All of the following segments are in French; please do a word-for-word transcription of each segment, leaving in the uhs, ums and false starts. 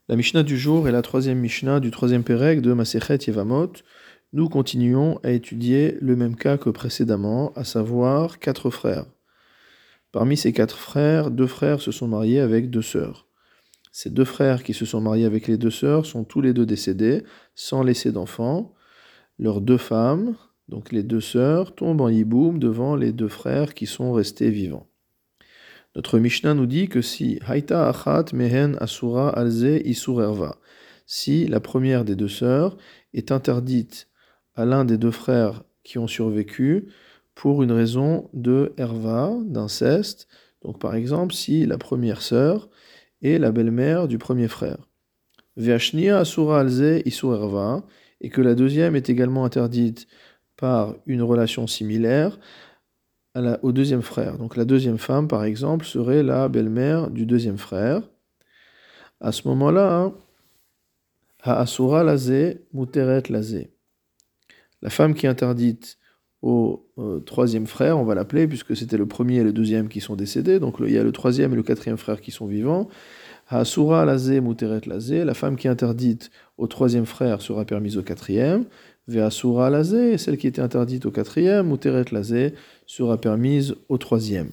La Mishnah du jour est la troisième Mishnah du troisième Pérec de Masechet Yevamot. Nous continuons à étudier le même cas que précédemment, à savoir quatre frères. Parmi ces quatre frères, deux frères se sont mariés avec deux sœurs. Ces deux frères qui se sont mariés avec les deux sœurs sont tous les deux décédés, sans laisser d'enfants. Leurs deux femmes, donc les deux sœurs, tombent en yiboum devant les deux frères qui sont restés vivants. Notre Mishnah nous dit que si Haïta Achat Mehen Asura Alze Isur Erva, si la première des deux sœurs est interdite à l'un des deux frères qui ont survécu pour une raison de Erva, d'inceste, donc par exemple si la première sœur est la belle-mère du premier frère, Veashnia Asura Alze Isur Erva, et que la deuxième est également interdite par une relation similaire, À la, au deuxième frère. Donc la deuxième femme, par exemple, serait la belle-mère du deuxième frère. À ce moment-là, Ha'asura lazé, muteret lazé. La femme qui est interdite au euh, troisième frère, on va l'appeler, puisque c'était le premier et le deuxième qui sont décédés, donc le, il y a le troisième et le quatrième frère qui sont vivants. Ha'asura lazé, muteret lazé. La femme qui est interdite au troisième frère sera permise au quatrième. Ve'asura lazé, celle qui était interdite au quatrième, muteret lazé, sera permise au troisième.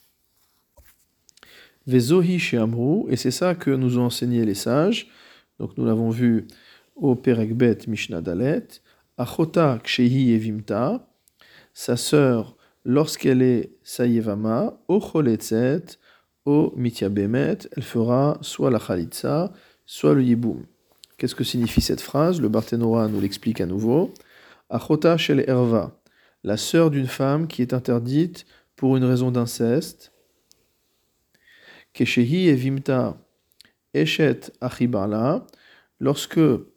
Vezohi chez Amrou, et c'est ça que nous ont enseigné les sages. Donc nous l'avons vu au Perekbet Mishnah Dalet. Achota kshehi evimta, sa sœur lorsqu'elle est sayevama, o choletzet, o mityabemet, elle fera soit la chalitza, soit le yiboum. Qu'est-ce que signifie cette phrase? Le Barthénora nous l'explique à nouveau. Achota shel erva, la sœur d'une femme qui est interdite pour une raison d'inceste. Keshehi evimta eshet achibala, lorsque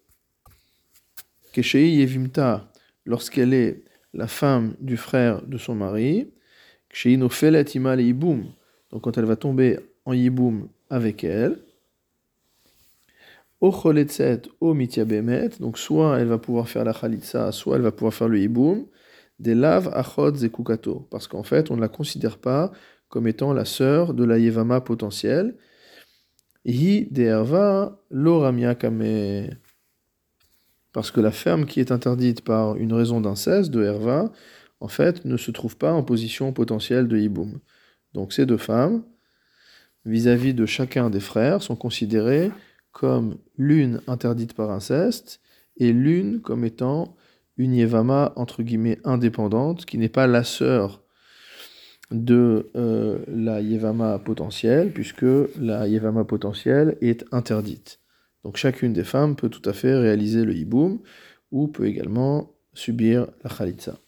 Keshehi evimta, lorsqu'elle est la femme du frère de son mari, Keshehi nofelet ima le yiboum, donc quand elle va tomber en yiboum avec elle, O choletzet o mityabemet, donc soit elle va pouvoir faire la chalitza, soit elle va pouvoir faire le yiboum, des lav achot zekukato, parce qu'en fait on ne la considère pas comme étant la sœur de la yevama potentielle. Hi de erva lo ramia kame, parce que la femme qui est interdite par une raison d'inceste de erva, en fait ne se trouve pas en position potentielle de yiboum. Donc ces deux femmes, vis-à-vis de chacun des frères, sont considérées comme l'une interdite par inceste et l'une comme étant une yevama entre guillemets indépendante, qui n'est pas la sœur de euh, la yevama potentielle, puisque la yevama potentielle est interdite. Donc chacune des femmes peut tout à fait réaliser le hiboum ou peut également subir la khalitza.